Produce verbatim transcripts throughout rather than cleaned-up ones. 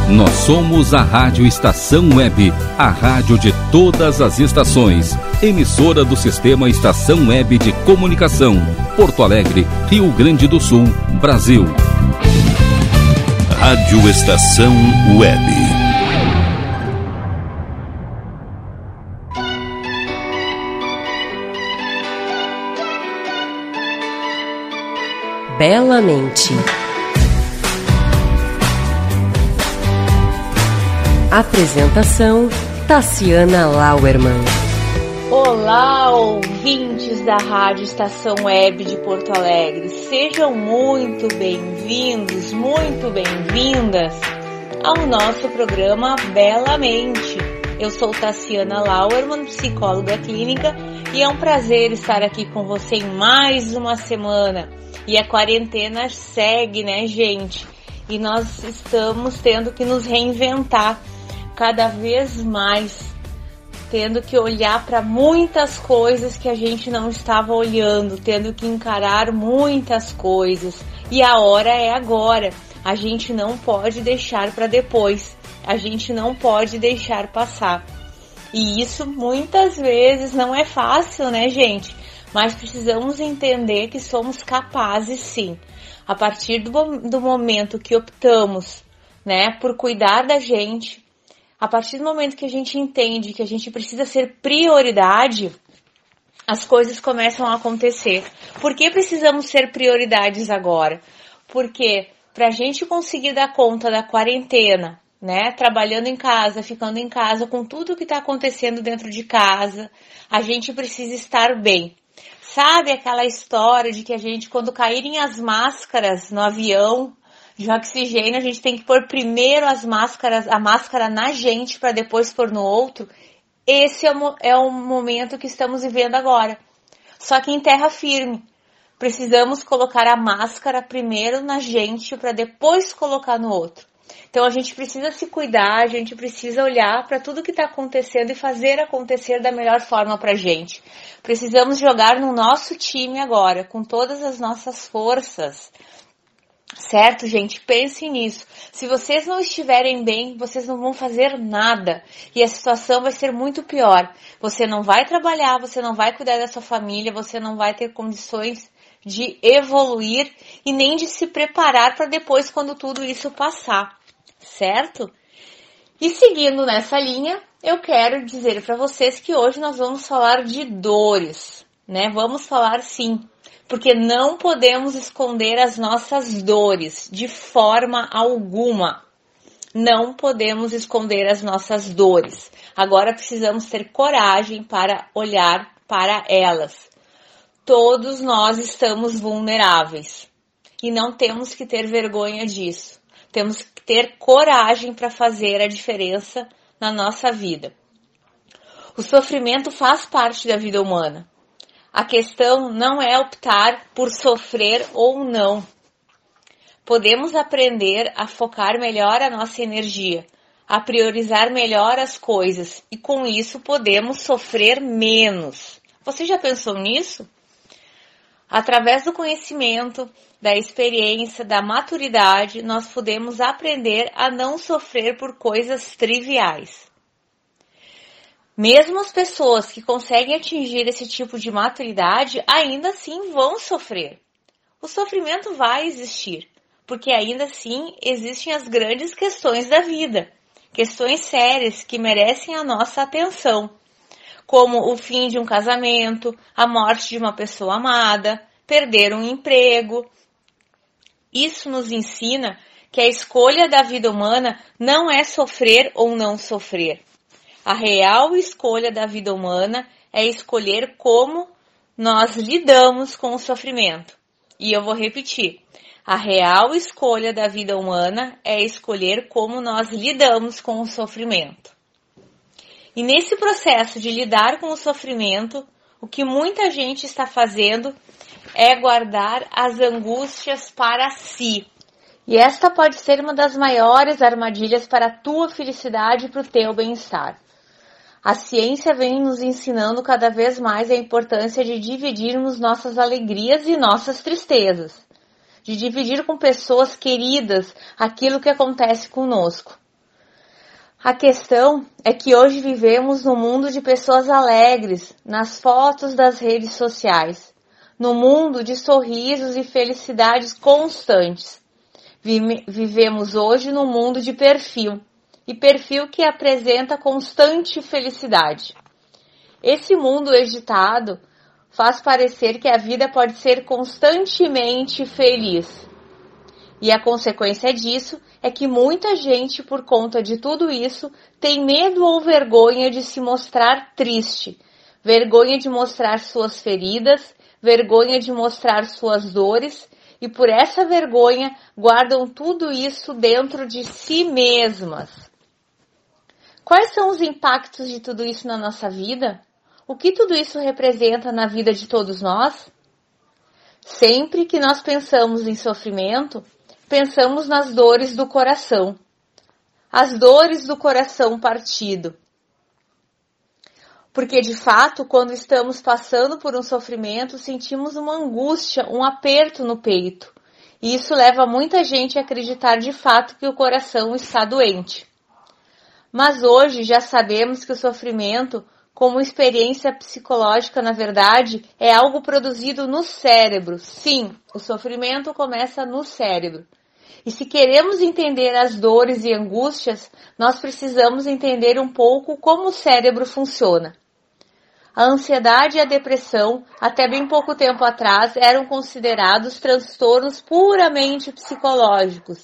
Nós somos a Rádio Estação Web, a rádio de todas as estações. Emissora do Sistema Estação Web de Comunicação. Porto Alegre, Rio Grande do Sul, Brasil. Rádio Estação Web. Belamente. Apresentação: Tassiana Lauerman. Olá, ouvintes da Rádio Estação Web de Porto Alegre. Sejam muito bem-vindos, muito bem-vindas ao nosso programa Belamente. Eu sou Tassiana Lauerman, psicóloga clínica, e é um prazer estar aqui com você em mais uma semana. E a quarentena segue, né, gente? E nós estamos tendo que nos reinventar cada vez mais, tendo que olhar para muitas coisas que a gente não estava olhando, tendo que encarar muitas coisas. E a hora é agora. A gente não pode deixar para depois. A gente não pode deixar passar. E isso muitas vezes não é fácil, né, gente? Mas precisamos entender que somos capazes, sim. A partir do, do momento que optamos, né, por cuidar da gente, a partir do momento que a gente entende que a gente precisa ser prioridade, as coisas começam a acontecer. Por que precisamos ser prioridades agora? Porque para a gente conseguir dar conta da quarentena, né, trabalhando em casa, ficando em casa, com tudo que está acontecendo dentro de casa, a gente precisa estar bem. Sabe aquela história de que a gente, quando caírem as máscaras no avião de oxigênio, a gente tem que pôr primeiro as máscaras, a máscara na gente para depois pôr no outro? Esse é o, é o momento que estamos vivendo agora. Só que em terra firme. Precisamos colocar a máscara primeiro na gente para depois colocar no outro. Então a gente precisa se cuidar, a gente precisa olhar para tudo que está acontecendo e fazer acontecer da melhor forma para a gente. Precisamos jogar no nosso time agora, com todas as nossas forças. Certo, gente? Pensem nisso. Se vocês não estiverem bem, vocês não vão fazer nada. E a situação vai ser muito pior. Você não vai trabalhar, você não vai cuidar da sua família, você não vai ter condições de evoluir e nem de se preparar para depois, quando tudo isso passar. Certo? E seguindo nessa linha, eu quero dizer para vocês que hoje nós vamos falar de dores, né? Vamos falar sim, porque não podemos esconder as nossas dores de forma alguma. Não podemos esconder as nossas dores. Agora precisamos ter coragem para olhar para elas. Todos nós estamos vulneráveis e não temos que ter vergonha disso. Temos que ter coragem para fazer a diferença na nossa vida. O sofrimento faz parte da vida humana. A questão não é optar por sofrer ou não. Podemos aprender a focar melhor a nossa energia, a priorizar melhor as coisas e com isso podemos sofrer menos. Você já pensou nisso? Através do conhecimento, da experiência, da maturidade, nós podemos aprender a não sofrer por coisas triviais. Mesmo as pessoas que conseguem atingir esse tipo de maturidade, ainda assim vão sofrer. O sofrimento vai existir, porque ainda assim existem as grandes questões da vida, questões sérias que merecem a nossa atenção, como o fim de um casamento, a morte de uma pessoa amada, perder um emprego. Isso nos ensina que a escolha da vida humana não é sofrer ou não sofrer. A real escolha da vida humana é escolher como nós lidamos com o sofrimento. E eu vou repetir. A real escolha da vida humana é escolher como nós lidamos com o sofrimento. E nesse processo de lidar com o sofrimento, o que muita gente está fazendo é guardar as angústias para si. E esta pode ser uma das maiores armadilhas para a tua felicidade e para o teu bem-estar. A ciência vem nos ensinando cada vez mais a importância de dividirmos nossas alegrias e nossas tristezas. De dividir com pessoas queridas aquilo que acontece conosco. A questão é que hoje vivemos num mundo de pessoas alegres, nas fotos das redes sociais, no mundo de sorrisos e felicidades constantes. Vivemos hoje num mundo de perfil, e perfil que apresenta constante felicidade. Esse mundo agitado faz parecer que a vida pode ser constantemente feliz. E a consequência disso é que muita gente, por conta de tudo isso, tem medo ou vergonha de se mostrar triste, vergonha de mostrar suas feridas, vergonha de mostrar suas dores, e por essa vergonha guardam tudo isso dentro de si mesmas. Quais são os impactos de tudo isso na nossa vida? O que tudo isso representa na vida de todos nós? Sempre que nós pensamos em sofrimento, pensamos nas dores do coração. As dores do coração partido. Porque, de fato, quando estamos passando por um sofrimento, sentimos uma angústia, um aperto no peito. E isso leva muita gente a acreditar de fato que o coração está doente. Mas hoje já sabemos que o sofrimento, como experiência psicológica, na verdade, é algo produzido no cérebro. Sim, o sofrimento começa no cérebro. E se queremos entender as dores e angústias, nós precisamos entender um pouco como o cérebro funciona. A ansiedade e a depressão, até bem pouco tempo atrás, eram considerados transtornos puramente psicológicos,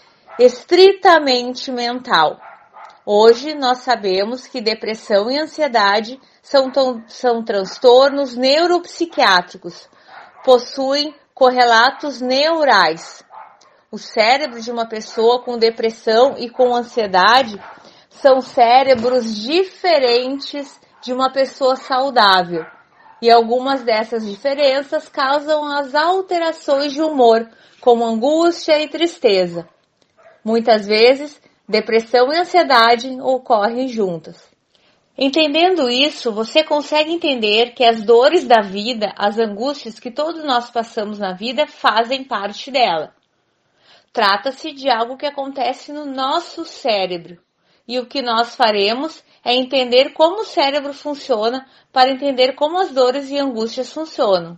estritamente mental. Hoje, nós sabemos que depressão e ansiedade são, são transtornos neuropsiquiátricos, possuem correlatos neurais. O cérebro de uma pessoa com depressão e com ansiedade são cérebros diferentes de uma pessoa saudável. E algumas dessas diferenças causam as alterações de humor, como angústia e tristeza. Muitas vezes, depressão e ansiedade ocorrem juntas. Entendendo isso, você consegue entender que as dores da vida, as angústias que todos nós passamos na vida, fazem parte dela. Trata-se de algo que acontece no nosso cérebro. E o que nós faremos é entender como o cérebro funciona para entender como as dores e angústias funcionam.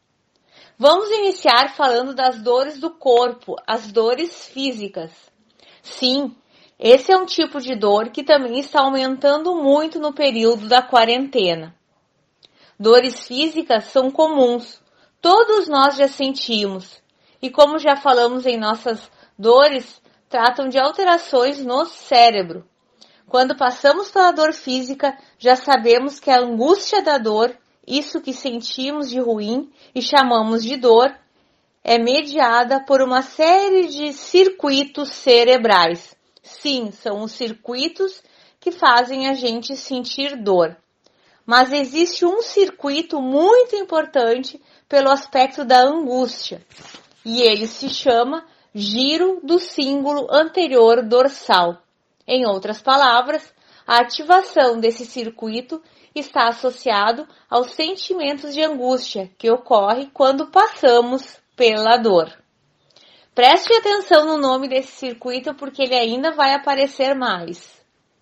Vamos iniciar falando das dores do corpo, as dores físicas. Sim, esse é um tipo de dor que também está aumentando muito no período da quarentena. Dores físicas são comuns, todos nós já sentimos. E como já falamos em nossas dores, tratam de alterações no cérebro. Quando passamos pela dor física, já sabemos que a angústia da dor, isso que sentimos de ruim e chamamos de dor, é mediada por uma série de circuitos cerebrais. Sim, são os circuitos que fazem a gente sentir dor. Mas existe um circuito muito importante pelo aspecto da angústia. E ele se chama giro do símbolo anterior dorsal. Em outras palavras, a ativação desse circuito está associado aos sentimentos de angústia que ocorre quando passamos pela dor. Preste atenção no nome desse circuito porque ele ainda vai aparecer mais.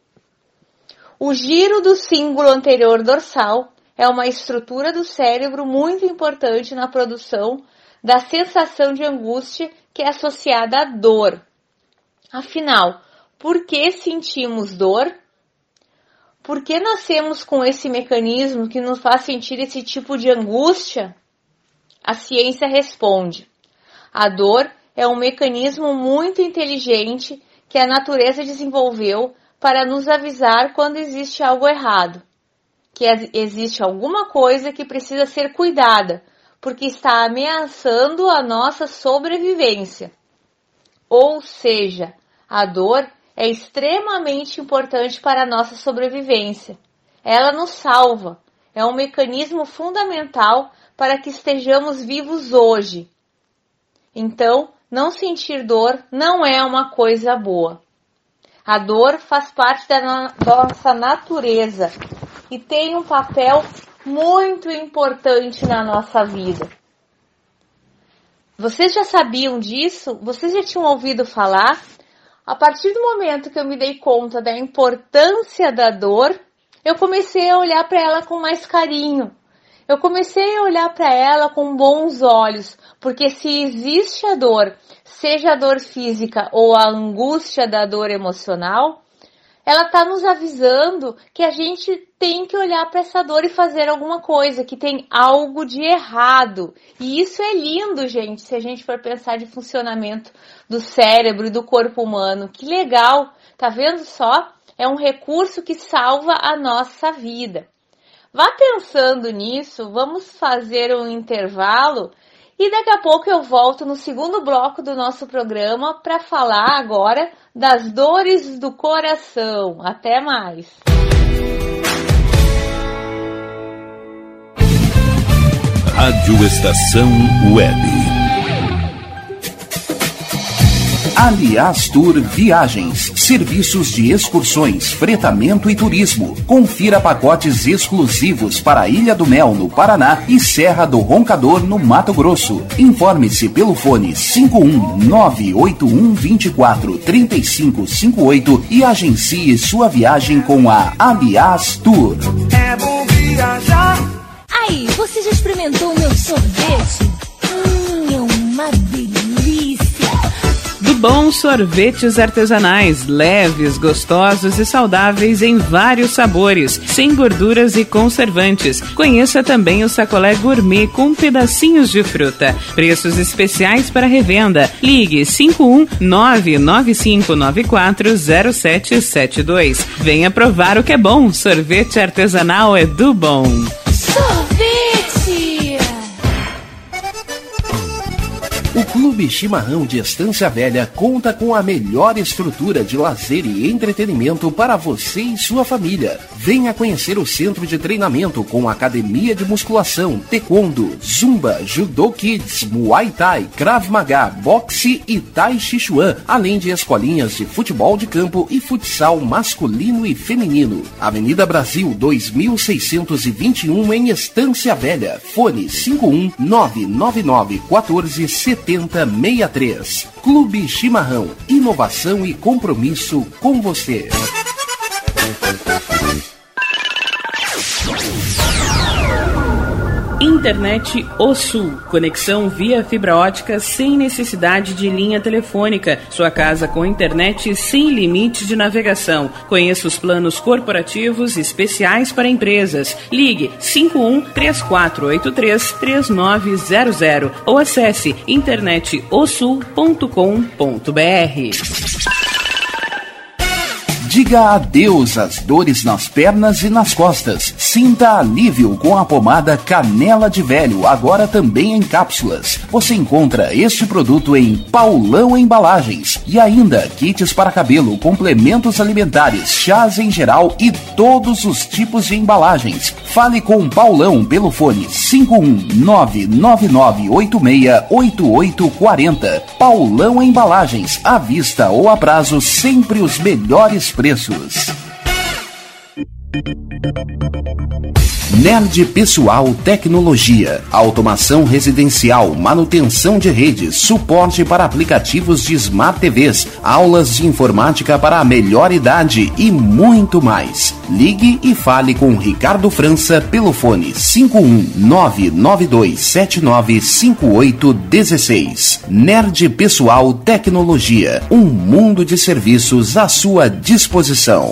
O giro do símbolo anterior dorsal é uma estrutura do cérebro muito importante na produção da sensação de angústia que é associada à dor. Afinal, por que sentimos dor? Por que nascemos com esse mecanismo que nos faz sentir esse tipo de angústia? A ciência responde: a dor é um mecanismo muito inteligente que a natureza desenvolveu para nos avisar quando existe algo errado, que existe alguma coisa que precisa ser cuidada, porque está ameaçando a nossa sobrevivência. Ou seja, a dor é extremamente importante para a nossa sobrevivência. Ela nos salva, é um mecanismo fundamental para que estejamos vivos hoje. Então, não sentir dor não é uma coisa boa. A dor faz parte da nossa natureza e tem um papel muito importante na nossa vida. Vocês já sabiam disso? Vocês já tinham ouvido falar? A partir do momento que eu me dei conta da importância da dor, eu comecei a olhar para ela com mais carinho. Eu comecei a olhar para ela com bons olhos, porque se existe a dor, seja a dor física ou a angústia da dor emocional, ela está nos avisando que a gente tem que olhar para essa dor e fazer alguma coisa, que tem algo de errado. E isso é lindo, gente, se a gente for pensar de funcionamento do cérebro e do corpo humano. Que legal! Tá vendo só? É um recurso que salva a nossa vida. Vá pensando nisso, vamos fazer um intervalo e daqui a pouco eu volto no segundo bloco do nosso programa para falar agora das dores do coração. Até mais! Rádio Estação Web. Aliás Tour Viagens, serviços de excursões, fretamento e turismo. Confira pacotes exclusivos para a Ilha do Mel, no Paraná, e Serra do Roncador, no Mato Grosso. Informe-se pelo fone cinco um nove oito um dois quatro três cinco cinco oito e agencie sua viagem com a Aliás Tour. É bom viajar. Aí, você já experimentou o meu sorvete? Hum, é uma delícia! Do Bom Sorvetes Artesanais, leves, gostosos e saudáveis em vários sabores, sem gorduras e conservantes. Conheça também o sacolé gourmet com pedacinhos de fruta. Preços especiais para revenda. Ligue cinco um nove nove cinco nove quatro zero sete sete dois. Venha provar o que é bom. Sorvete artesanal é do Bom. Sorvete! O Clube Chimarrão de Estância Velha conta com a melhor estrutura de lazer e entretenimento para você e sua família. Venha conhecer o centro de treinamento com academia de musculação, taekwondo, zumba, judô kids, muay thai, krav maga, boxe e tai chi chuan, além de escolinhas de futebol de campo e futsal masculino e feminino. Avenida Brasil dois mil seiscentos e vinte e um em Estância Velha. Fone cinco um nove nove nove um quatro sete zero seis três. Clube Chimarrão, inovação e compromisso com você. Internet O Sul. Conexão via fibra ótica sem necessidade de linha telefônica. Sua casa com internet sem limite de navegação. Conheça os planos corporativos especiais para empresas. Ligue cinco um três quatro oito três três nove zero zero ou acesse internet o sul ponto com ponto b r. Diga adeus às dores nas pernas e nas costas. Sinta alívio com a pomada Canela de Velho, agora também em cápsulas. Você encontra este produto em Paulão Embalagens. E ainda kits para cabelo, complementos alimentares, chás em geral e todos os tipos de embalagens. Fale com Paulão pelo fone cinco um nove nove nove oito seis oito oito quatro zero. Paulão Embalagens, à vista ou a prazo, sempre os melhores preços. Preços. Nerd Pessoal Tecnologia, automação residencial, manutenção de redes, suporte para aplicativos de Smart T Vs, aulas de informática para a melhor idade e muito mais. Ligue e fale com Ricardo França pelo fone cinco um nove nove dois sete nove cinco oito um seis. Nerd Pessoal Tecnologia, um mundo de serviços à sua disposição.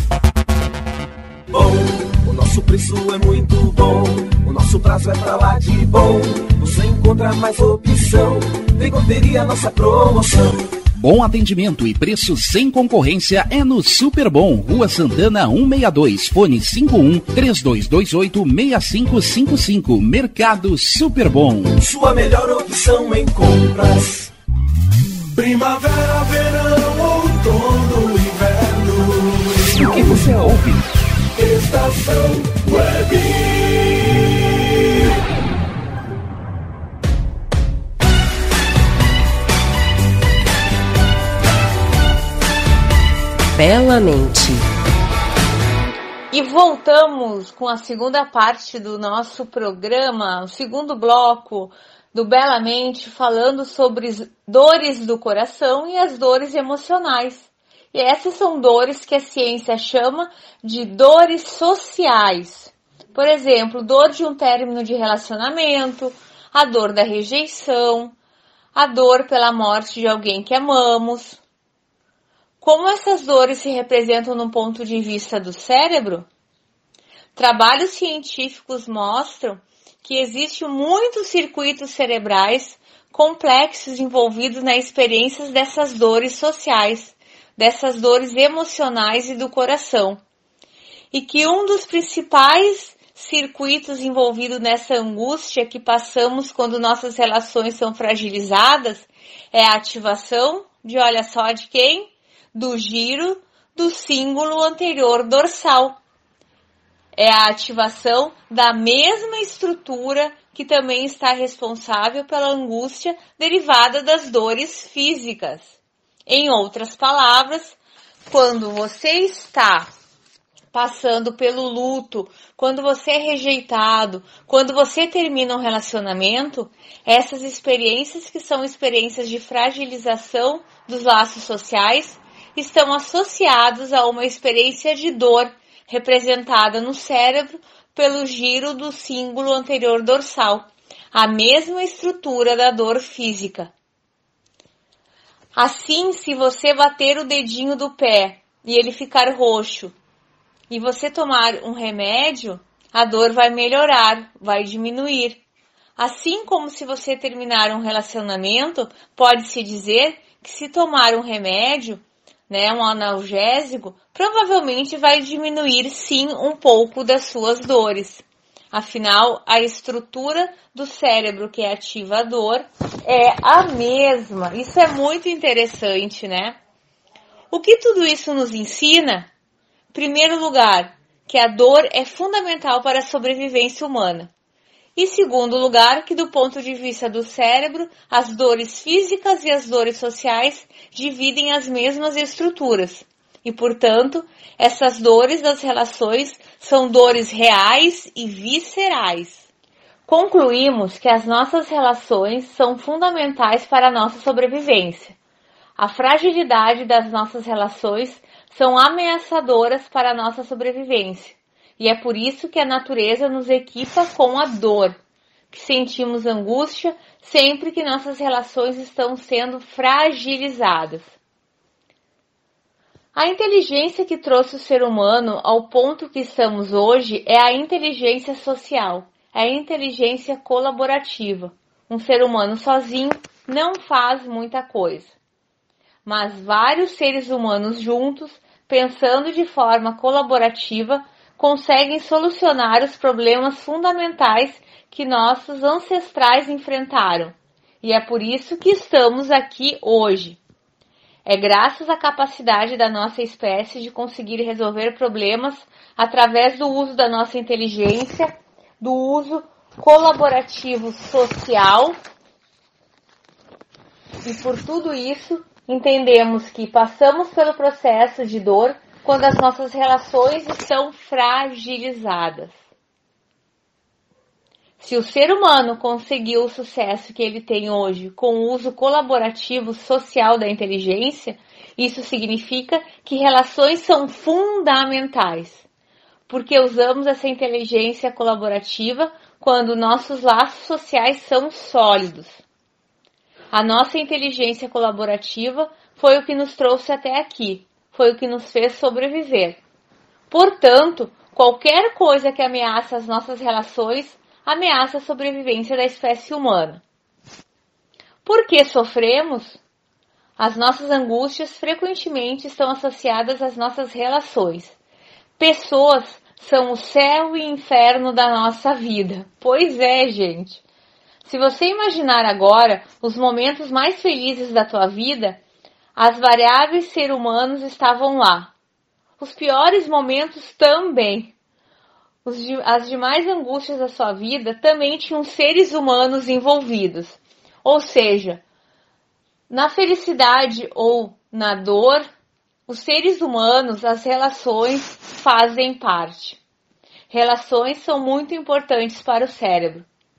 Bom, o nosso preço é muito bom, o nosso prazo é pra lá de bom. Você encontra mais opção, vem conferir a nossa promoção. Bom atendimento e preço sem concorrência é no Super Bom, Rua Santana cento e sessenta e dois, fone cinco um três dois dois oito seis cinco cinco cinco, Mercado Super Bom. Sua melhor opção em compras. Primavera, verão, outono, inverno. O que você ouve? Estação Web. Belamente. E voltamos com a segunda parte do nosso programa, o segundo bloco do Belamente falando sobre dores do coração e as dores emocionais. E essas são dores que a ciência chama de dores sociais. Por exemplo, dor de um término de relacionamento, a dor da rejeição, a dor pela morte de alguém que amamos. Como essas dores se representam no ponto de vista do cérebro? Trabalhos científicos mostram que existem muitos circuitos cerebrais complexos envolvidos nas experiências dessas dores sociais, dessas dores emocionais e do coração. E que um dos principais circuitos envolvidos nessa angústia que passamos quando nossas relações são fragilizadas é a ativação de, olha só, de quem? Do giro do símbolo anterior dorsal. É a ativação da mesma estrutura que também está responsável pela angústia derivada das dores físicas. Em outras palavras, quando você está passando pelo luto, quando você é rejeitado, quando você termina um relacionamento, essas experiências que são experiências de fragilização dos laços sociais estão associadas a uma experiência de dor representada no cérebro pelo giro do símbolo anterior dorsal, a mesma estrutura da dor física. Assim, se você bater o dedinho do pé e ele ficar roxo, e você tomar um remédio, a dor vai melhorar, vai diminuir. Assim como se você terminar um relacionamento, pode-se dizer que se tomar um remédio, né, um analgésico, provavelmente vai diminuir sim um pouco das suas dores. Afinal, a estrutura do cérebro que ativa a dor é a mesma. Isso é muito interessante, né? O que tudo isso nos ensina? Em primeiro lugar, que a dor é fundamental para a sobrevivência humana. E segundo lugar, que do ponto de vista do cérebro, as dores físicas e as dores sociais dividem as mesmas estruturas. E, portanto, essas dores das relações são dores reais e viscerais. Concluímos que as nossas relações são fundamentais para a nossa sobrevivência. A fragilidade das nossas relações são ameaçadoras para a nossa sobrevivência. E é por isso que a natureza nos equipa com a dor, que sentimos angústia sempre que nossas relações estão sendo fragilizadas. A inteligência que trouxe o ser humano ao ponto que estamos hoje é a inteligência social, é a inteligência colaborativa. Um ser humano sozinho não faz muita coisa. Mas vários seres humanos juntos, pensando de forma colaborativa, conseguem solucionar os problemas fundamentais que nossos ancestrais enfrentaram. E é por isso que estamos aqui hoje. É graças à capacidade da nossa espécie de conseguir resolver problemas através do uso da nossa inteligência, do uso colaborativo social. E por tudo isso, entendemos que passamos pelo processo de dor quando as nossas relações estão fragilizadas. Se o ser humano conseguiu o sucesso que ele tem hoje com o uso colaborativo social da inteligência, isso significa que relações são fundamentais, porque usamos essa inteligência colaborativa quando nossos laços sociais são sólidos. A nossa inteligência colaborativa foi o que nos trouxe até aqui, foi o que nos fez sobreviver. Portanto, qualquer coisa que ameaça as nossas relações ameaça a sobrevivência da espécie humana. Por que sofremos? As nossas angústias frequentemente estão associadas às nossas relações. Pessoas são o céu e inferno da nossa vida. Pois é, gente. Se você imaginar agora os momentos mais felizes da tua vida, as variáveis seres humanos estavam lá. Os piores momentos também. Os, as demais angústias da sua vida também tinham seres humanos envolvidos. Ou seja, na felicidade ou na dor, os seres humanos, as relações fazem parte. Relações são muito importantes para o cérebro.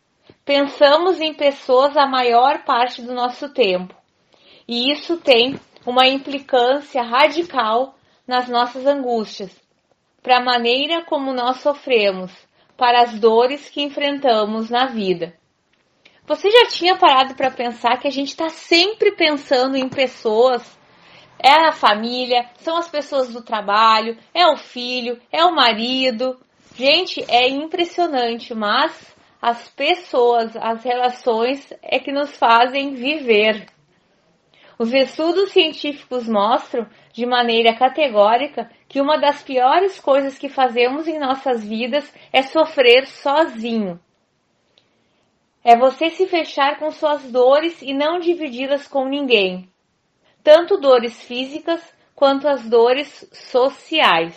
Pensamos em pessoas a maior parte do nosso tempo, e isso tem uma implicância radical nas nossas angústias, para a maneira como nós sofremos, para as dores que enfrentamos na vida. Você já tinha parado para pensar que a gente está sempre pensando em pessoas? É a família, são as pessoas do trabalho, é o filho, é o marido. Gente, é impressionante, mas as pessoas, as relações é que nos fazem viver. Os estudos científicos mostram, de maneira categórica, que uma das piores coisas que fazemos em nossas vidas é sofrer sozinho. É você se fechar com suas dores e não dividi-las com ninguém. Tanto dores físicas quanto as dores sociais.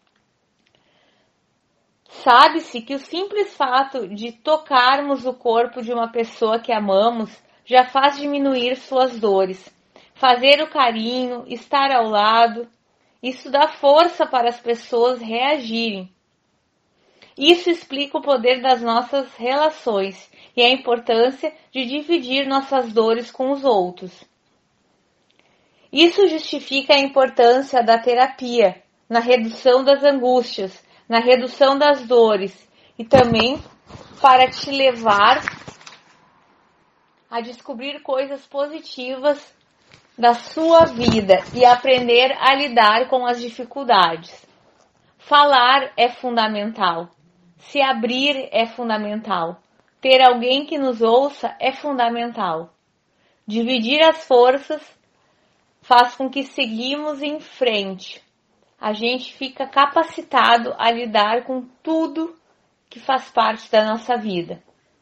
Sabe-se que o simples fato de tocarmos o corpo de uma pessoa que amamos já faz diminuir suas dores. Fazer o carinho, estar ao lado, isso dá força para as pessoas reagirem. Isso explica o poder das nossas relações e a importância de dividir nossas dores com os outros. Isso justifica a importância da terapia, na redução das angústias, na redução das dores e também para te levar a descobrir coisas positivas da sua vida e aprender a lidar com as dificuldades. Falar é fundamental. Se abrir é fundamental. Ter alguém que nos ouça é fundamental. Dividir as forças faz com que seguimos em frente. A gente fica capacitado a lidar com tudo que faz parte da nossa vida.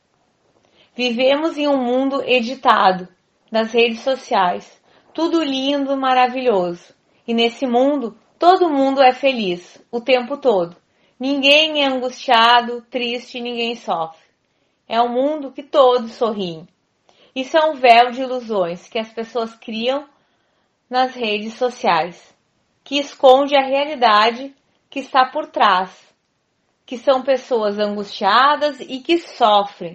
Vivemos em um mundo editado, nas redes sociais. Tudo lindo, maravilhoso. E nesse mundo, todo mundo é feliz, o tempo todo. Ninguém é angustiado, triste, ninguém sofre. É um mundo que todos sorriem. Isso é um véu de ilusões que as pessoas criam nas redes sociais, que esconde a realidade que está por trás, que são pessoas angustiadas e que sofrem.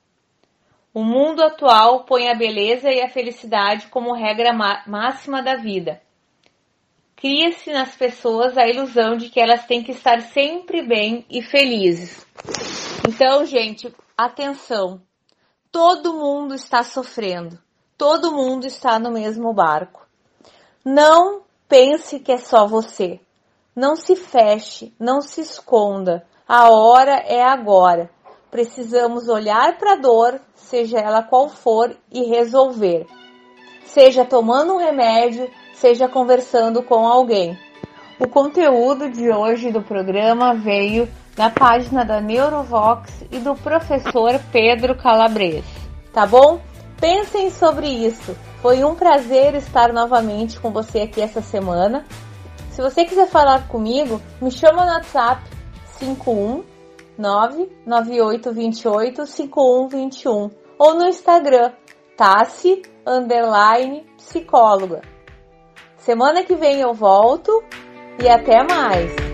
O mundo atual põe a beleza e a felicidade como regra máxima da vida. Cria-se nas pessoas a ilusão de que elas têm que estar sempre bem e felizes. Então, gente, atenção. Todo mundo está sofrendo. Todo mundo está no mesmo barco. Não pense que é só você. Não se feche, não se esconda. A hora é agora. Precisamos olhar para a dor, seja ela qual for, e resolver. Seja tomando um remédio, seja conversando com alguém. O conteúdo de hoje do programa veio da página da Neurovox e do professor Pedro Calabres. Tá bom? Pensem sobre isso. Foi um prazer estar novamente com você aqui essa semana. Se você quiser falar comigo, me chama no WhatsApp cinco um nove nove oito dois oito cinco um dois um ou no Instagram Tassi underline psicóloga. Semana que vem eu volto e até mais!